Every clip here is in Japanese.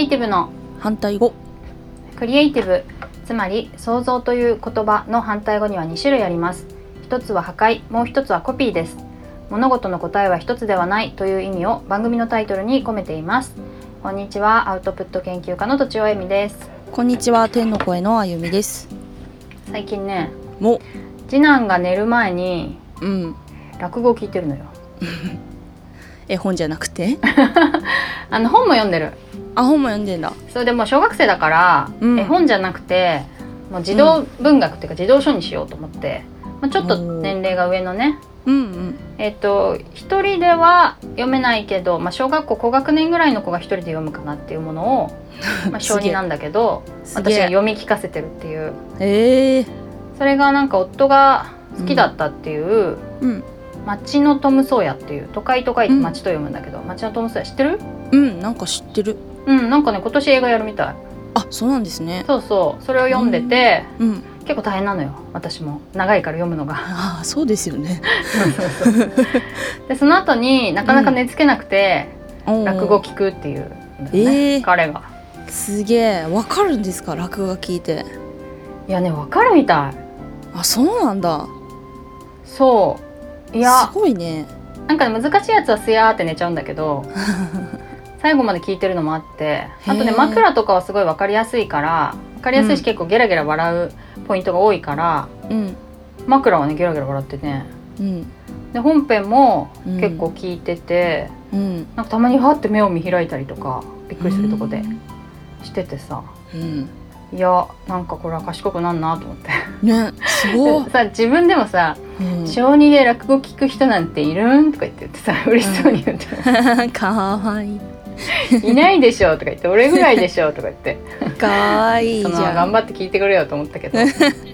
ティブの反対語。 クリエイティブ、つまり創造という言葉の反対語には2種類あります。一つは破壊、もう一つはコピーです。物事の答えは一つではないという意味を番組のタイトルに込めています。こんにちは、アウトプット研究家のとちおえみです。 こんにちは、天の声のあゆみです。 最近ね、 も次男が寝る前に落語を聞いてるのよ。 絵本じゃなくて本も読んでる。 本も読んでんだ。 それでもう小学生だから、絵本じゃなくてもう児童文学っていうか児童書にしようと思って、ちょっと年齢が上のね、一人では読めないけど、小学校高学年ぐらいの子が一人で読むかなっていうものを小2なんだけど私が読み聞かせてるっていう、それがなんか夫が好きだったっていう、町のトムソーヤっていう、都会って町と読むんだけど、町のトムソーヤ知ってる？ なんか知ってる。 なんかね、今年映画やるみたい。 そうなんですね。 そうそれを読んでて、結構大変なのよ。私も長いから読むのが。 そうですよね。 そうでその後になかなか寝つけなくて、落語聞くっていうんだよね、彼が。 すげえ。わかるんですか、落語聞いて。 いやね、わかるみたい。 そうなんだ。 そういやすごいね。 なんか、難しいやつはすやーって寝ちゃうんだけど最後まで聞いてるのもあって、あとね、枕とかはすごい分かりやすいから、分かりやすいし、結構ゲラゲラ笑うポイントが多いから、枕はねゲラゲラ笑ってね、で本編も結構聞いてて、なんかたまにファって目を見開いたりとかびっくりするとこでしててさ、いやなんかこれは賢くなんなと思ってね、すごいさ、自分でもさ、小2で落語聞く人なんているんとか言ってさ、嬉しそうに言ってるかわいいいないでしょとか言って、俺ぐらいでしょとか言ってかわいいじゃん。 頑張って聞いてくれよと思ったけど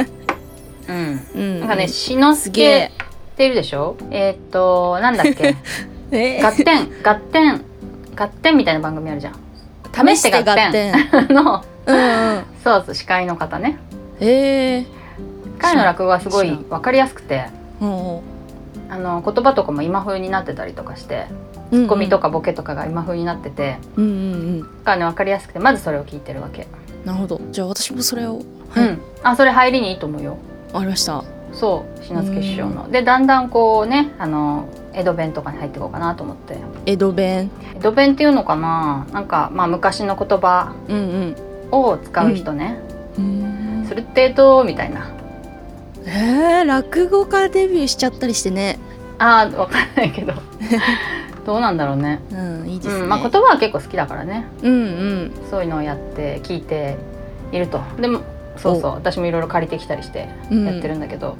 なんかね、しのすけっているでしょ。なんだっけガッテンみたいな番組あるじゃん。試してガッテンのそう司会の方ね。彼の落語はすごい分かりやすくて、言葉とかも今風になってたりとかして、ツッコミとかボケとかが今風になってて、分かりやすくて、まずそれを聞いてるわけ。 なるほど。じゃあ私もそれを、 それ入りにいいと思うよ。 ありました。 そう志の輔師匠ので、だんだんこうね、江戸弁とかに入っていこうかなと思って。 江戸弁っていうのかな、なんか昔の言葉を使う人ね、するってみたいな。 落語家デビューしちゃったりしてね。 わかんないけどどうなんだろうね。 いいですね。 言葉は結構好きだからね。そういうのをやって聞いていると。でもそう私もいろいろ借りてきたりしてやってるんだけど、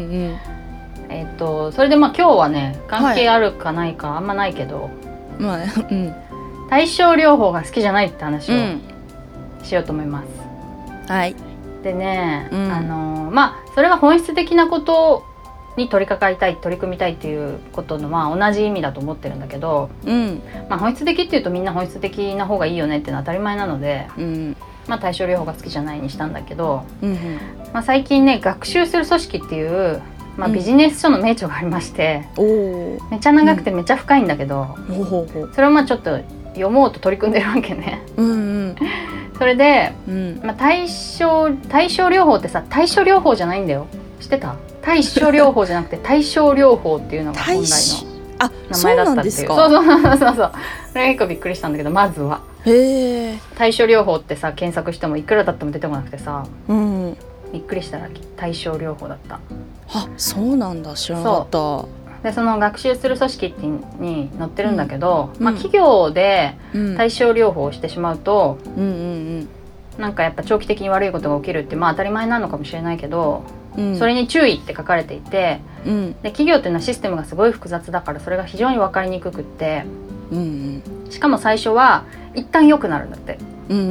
それで今日はね、関係あるかないかあんまないけど、対症療法が好きじゃないって話をしようと思います。でね、それが本質的なことに取り組みたいっていうことの同じ意味だと思ってるんだけど、本質的っていうとみんな本質的な方がいいよねっていうのは当たり前なので、対症療法が好きじゃないにしたんだけど、最近ね、学習する組織っていう、ビジネス書の名著がありまして、めちゃ長くてめちゃ深いんだけど、それをちょっと読もうと取り組んでるわけね。それで、対症療法ってさ、対処療法じゃないんだよ。知ってた？対処療法じゃなくて対症療法っていうのが本来の名前だったっていう。そうそれ結構びっくりしたんだけど、まずは対処療法ってさ、検索してもいくらだっても出てこなくてさ、びっくりしたら対症療法だった。 そうなんだ、知らなかった。 でその学習する組織に載ってるんだけど、企業で対症療法をしてしまうと、なんかやっぱ長期的に悪いことが起きるって当たり前なのかもしれないけど、それに注意って書かれていて、で企業っていうのはシステムがすごい複雑だから、それが非常に分かりにくくって、しかも最初は一旦良くなるんだって、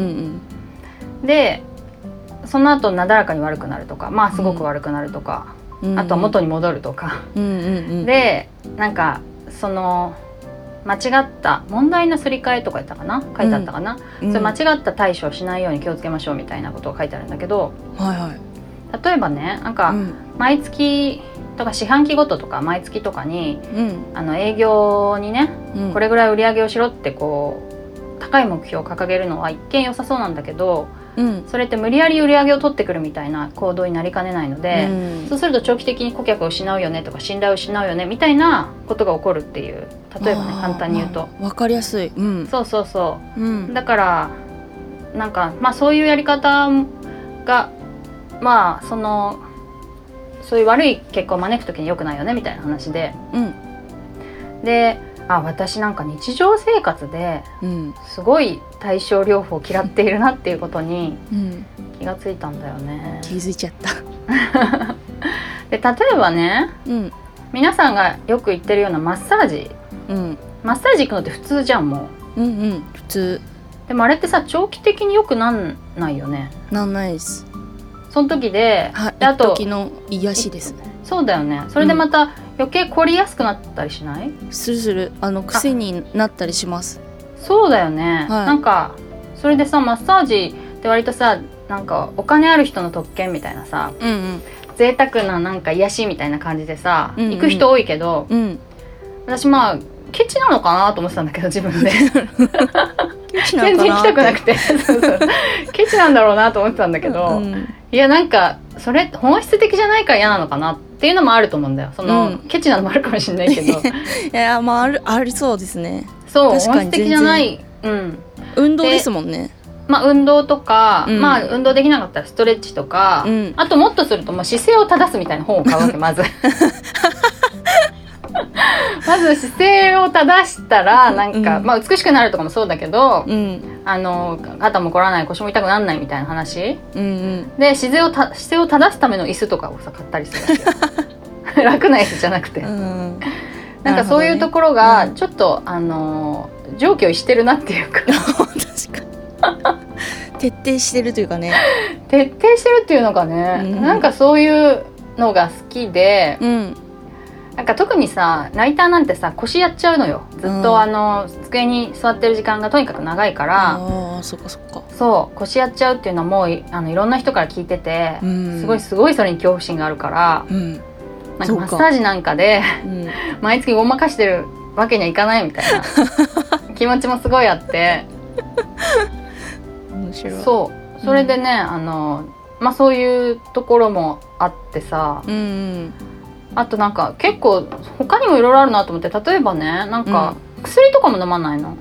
でその後なだらかに悪くなるとか、すごく悪くなるとか、あとは元に戻るとか、でなんかその間違った問題のすり替えとか書いてあったかな、それ間違った対処をしないように気をつけましょうみたいなことが書いてあるんだけど、例えばね、なんか毎月とか四半期ごととか毎月とかに、営業にね、これぐらい売り上げをしろってこう高い目標を掲げるのは一見良さそうなんだけど、 うん、 それって無理やり売り上げを取ってくるみたいな行動になりかねないので、 うん、 そうすると長期的に顧客を失うよねとか信頼を失うよねみたいなことが起こるっていう、例えばね簡単に言うと、 分かりやすい、うん、 そうそうそう、 うん、 だからなんかそういうやり方がそういう悪い結果を招くときに良くないよねみたいな話で、 うん、 で私なんか日常生活ですごい対症療法を嫌っているなっていうことに気がついたんだよね、 気づいちゃったで例えばね、 うん、 皆さんがよく言ってるようなマッサージ、 うん、 マッサージ行くのって普通じゃんもう、うんうん、普通。 でもあれってさ長期的に良くなんないよね。 なんないです。 その時で、 あと時の癒しですね。 そうだよね。それでまた余計凝りやすくなったりしない？ する癖になったりします。 そうだよね、 はい、 なんかそれでさマッサージって割とさなんかお金ある人の特権みたいなさ、 うんうん、 贅沢ななんか癒しみたいな感じでさ、 うんうん、 行く人多いけど、 うん、 私ケチなのかなと思ってたんだけど自分でケチなのかなって全然行きたくなくてそうケチなんだろうなと思ってたんだけど、 うん、 いやなんかそれ本質的じゃないから嫌なのかなっていうのもあると思うんだよ。ケチなのもあるかもしれないけどいやありそうですね。 そう本質的じゃない、 運動ですもんね。 運動とか、運動できなかったらストレッチとか、あともっとするともう姿勢を正すみたいな本を買うわけまずまず姿勢を正したらなんか、美しくなるとかもそうだけど、肩も凝らない腰も痛くならないみたいな話、で姿勢を正すための椅子とかをさ買ったりするわけよ楽な椅子じゃなくて、なんかそういうところがちょっと、常軌を逸してるなっていうか確かに徹底してるというかね徹底してるっていうのかね、なんかそういうのが好きで、なんか特にさライターなんてさ腰やっちゃうのよずっと、机に座ってる時間がとにかく長いから、 そっかそう腰やっちゃうっていうのはもういろんな人から聞いてて、すごいそれに恐怖心があるから、なんかマッサージなんかで、毎月ごまかしてるわけにはいかないみたいな気持ちもすごいあって面白い。 そうそれでね、そういうところもあってさ、あとなんか結構他にもいろいろあるなと思って、例えばねなんか薬とかも飲まないの。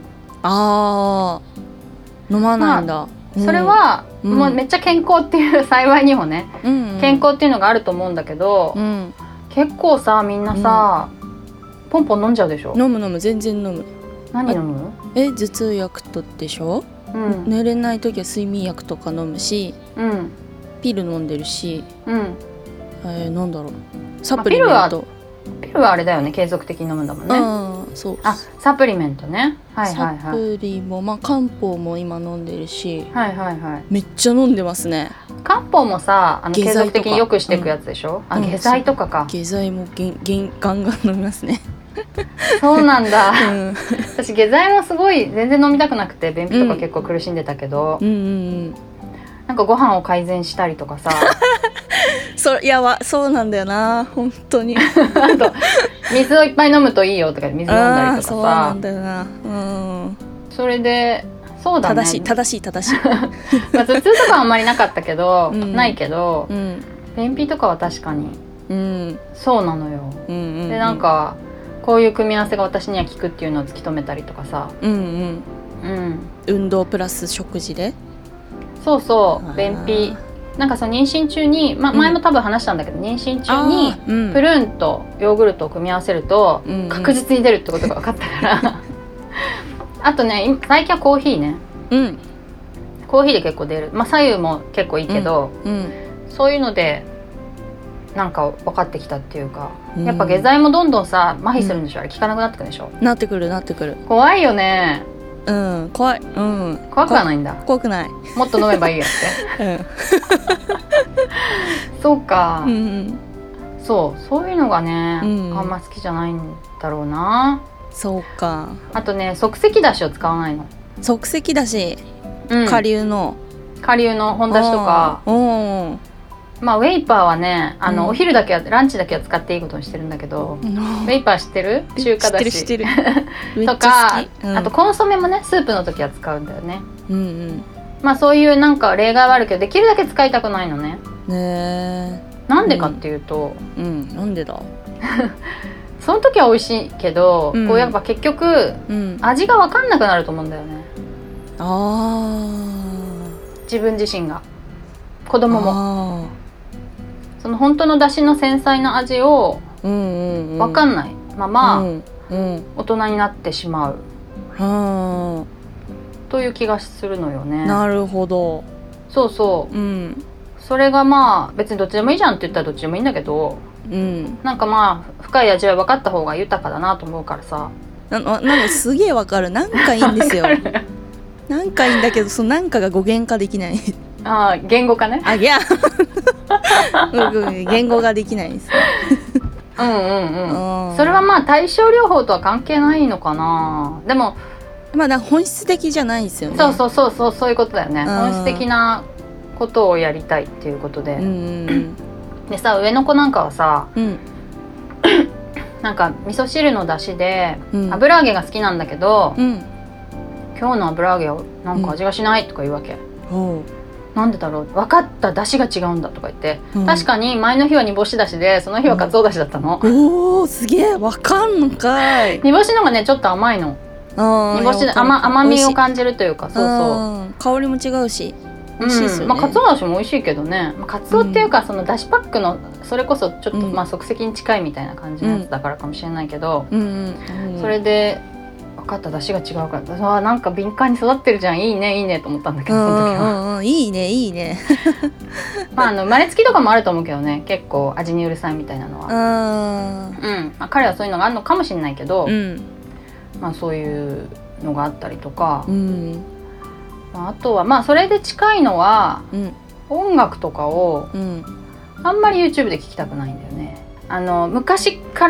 飲まないんだ、 それは、もうめっちゃ健康っていう幸いにもね、健康っていうのがあると思うんだけど、結構さみんなさ、ポンポン飲んじゃうでしょ。 飲む全然飲む。 何飲む？ 頭痛薬とでしょ、寝れない時は睡眠薬とか飲むし、ピル飲んでるし、なんだろうサプリメント、 ピルはあれだよね継続的に飲むんだもんね。 そうサプリメントね、 サプリも漢方も今飲んでるし、 めっちゃ飲んでますね。 漢方もさ継続的によくしていくやつでしょ。下剤とかか。 下剤もガンガン飲みますねそうなんだ、私下剤もすごい全然飲みたくなくて便秘とか結構苦しんでたけど、なんかご飯を改善したりとかさそうなんだよな本当にあと水をいっぱい飲むといいよとか水飲んだりとかさ、 そうなんだよな、 それでそうだね正しい頭痛とかはあんまりなかったけど、ないけど、便秘とかは確かに、そうなのよ、でなんかこういう組み合わせが私には効くっていうのを突き止めたりとかさ、 運動プラス食事で、 そう便秘なんかその妊娠中に、前も多分話したんだけど、妊娠中にプルーンとヨーグルトを組み合わせると確実に出るってことが分かったからあとね最近はコーヒーね、コーヒーで結構出る、左右も結構いいけど、そういうのでなんか分かってきたっていうか、やっぱ下剤もどんどんさ麻痺するんでしょ、あれ効かなくなってくるでしょ。なってくる怖いよね。 怖い。 怖くはないんだ。 怖くない。 もっと飲めばいいやってそうか、そういうのがね、あんま好きじゃないんだろうな。 そうか。 あとね即席だしを使わないの。 即席だし、顆粒の本だしとかまあウェイパーはねお昼だけはランチだけは使っていいことにしてるんだけど、ウェイパー知ってる？中華だし知ってるとか、あとコンソメもねスープの時は使うんだよね。まあそういうなんか例外はあるけどできるだけ使いたくないのね。なんでかっていうと、 なんでだその時は美味しいけど、こうやっぱ結局、味が分かんなくなると思うんだよね。自分自身が子供もその本当の出汁の繊細な味を分かんないまま大人になってしまうという気がするのよね。 なるほど。 そうそう、それがまあ別にどっちでもいいじゃんって言ったらどっちでもいいんだけど、なんかまあ深い味は分かった方が豊かだなと思うからさ。 なんかすげえ分かる。なんかいいんですよなんかいいんだけどそのなんかが語源化できない言語化ね。 いや言語ができないですそれはまあ対症療法とは関係ないのかな。でもまあなんか本質的じゃないですよね。 そういうことだよね。本質的なことをやりたいっていうことで、でさ上の子なんかはさ、なんか味噌汁の出汁で油揚げが好きなんだけど、今日の油揚げはなんか味がしないとか言うわけ。なんでだろう、分かった、出汁が違うんだとか言って、確かに前の日は煮干しだしでその日はかつおだしだったの。 おーすげえ分かんのかい。 煮干しのがねちょっと甘いの。煮干しで甘みを感じるというか、 香りも違うし美味しいですよね。 かつおだしも美味しいけどね、かつおっていうかそのだしパックのそれこそちょっとまあ即席に近いみたいな感じのやつだからかもしれないけど、それで分かった出汁が違うからなんか敏感に育ってるじゃん、いいねと思ったんだけど、その時はいいねまあ生まれつきとかもあると思うけどね、結構味にうるさいみたいなのはまあ、彼はそういうのがあるのかもしれないけど、まあそういうのがあったりとか、まあ、あとはまあそれで近いのは、音楽とかをあんまり YouTube で聴きたくないんだよね。昔から、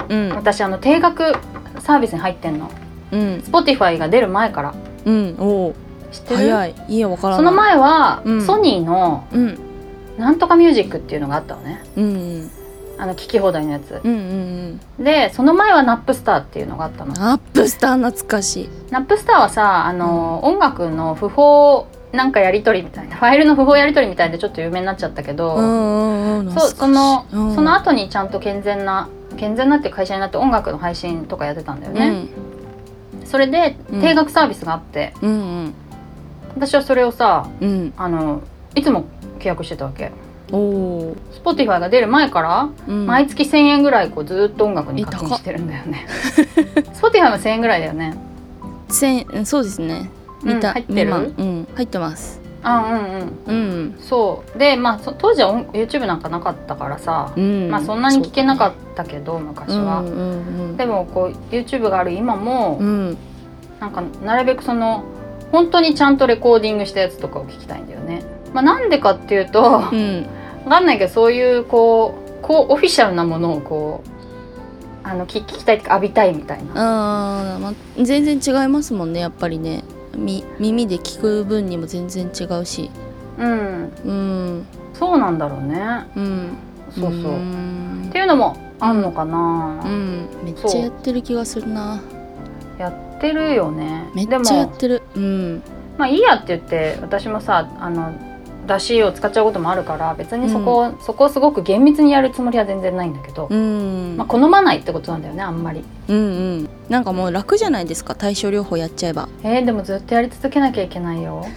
私定額サービスに入ってんの、Spotify が出る前から。知ってる？ 早い。いや分からない。 その前は、ソニーの、なんとかミュージックっていうのがあったのね、聞き放題のやつ、でその前はナップスターっていうのがあったの。 ナップスター懐かしい。 ナップスターはさ音楽の不法なんかやり取りみたいな、ファイルの不法やり取りみたいでちょっと有名になっちゃったけど、その後にちゃんと健全なっていう会社になって音楽の配信とかやってたんだよね、それで定額サービスがあって、私はそれをさ、いつも契約してたわけ。Spotify が出る前から、毎月1000円ぐらいこうずっと音楽に課金してるんだよねSpotify も1000円ぐらいだよね。 そうですね。 入ってる？ 入ってます。 そうで、まあ当時はYouTube なんかなかったからさ、まあそんなに聞けなかったけど、昔は、でもこう YouTube がある今も、なんかなるべくその本当にちゃんとレコーディングしたやつとかを聞きたいんだよね。まあなんでかっていうと、わかんないけどそういうこうオフィシャルなものをこう聞きたいってか浴びたいみたいな。 まあ、全然違いますもんねやっぱりね。耳で聞く分にも全然違うし、 そうなんだろうね。そうっていうのもあんのかな。 めっちゃやってる気がするな。 やってるよね。 めっちゃやってる。 まあいいやって言って私もさ出汁を使っちゃうこともあるから別にそこをすごく厳密にやるつもりは全然ないんだけど、まあ好まないってことなんだよねあんまり。 なんかもう楽じゃないですか対症療法やっちゃえば。 でもずっとやり続けなきゃいけないよ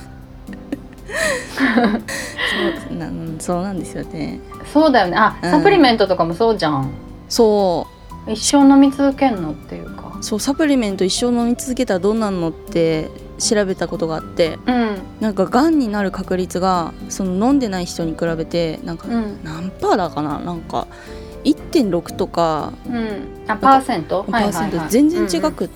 そうなんですよね。 そうだよね。サプリメントとかもそうじゃん。一生飲み続けんのっていうか。 サプリメント一生飲み続けたらどうなんのって調べたことがあって、なんかがんになる確率がその飲んでない人に比べてなんか何パーだかな、なんか 1.6 とか、 パーセント全然違くって、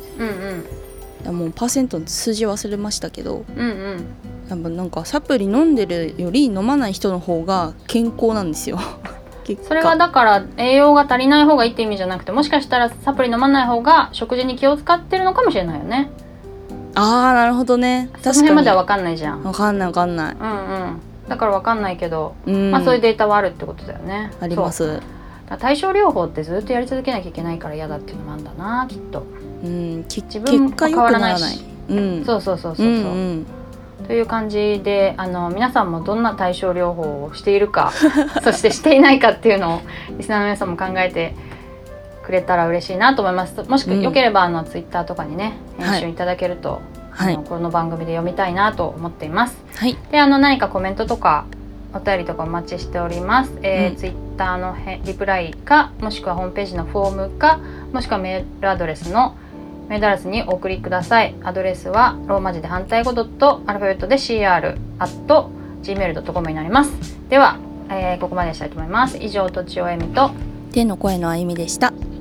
もうパーセントの数字忘れましたけど、やっぱなんかサプリ飲んでるより飲まない人の方が健康なんですよそれはだから栄養が足りない方がいいって意味じゃなくて、もしかしたらサプリ飲まない方が食事に気を使ってるのかもしれないよね。 なるほどね。 その辺までは分かんないじゃん。 分かんない。 だから分かんないけど、まあ、そういうデータはあるってことだよね。 あります。 対症療法ってずっとやり続けなきゃいけないから嫌だっていうのもあるんだな、きっと。 自分も変わらないし、 そうそうそうそうそう、という感じで皆さんもどんな対症療法をしているかそしてしていないかっていうのをリスナーの皆さんも考えてくれたら嬉しいなと思います。もしよければツイッターとかにね返信いただけると、この番組で読みたいなと思っています。で何かコメントとかお便りとかお待ちしております。ツイッターのリプライか、もしくはホームページのフォームか、もしくはメールアドレスにお送りください。アドレスはローマ字で反対語アルファベットで cr@gmail.com になります。では、ここまでしたいと思います。以上、とちおえみと天の声のあゆみでした。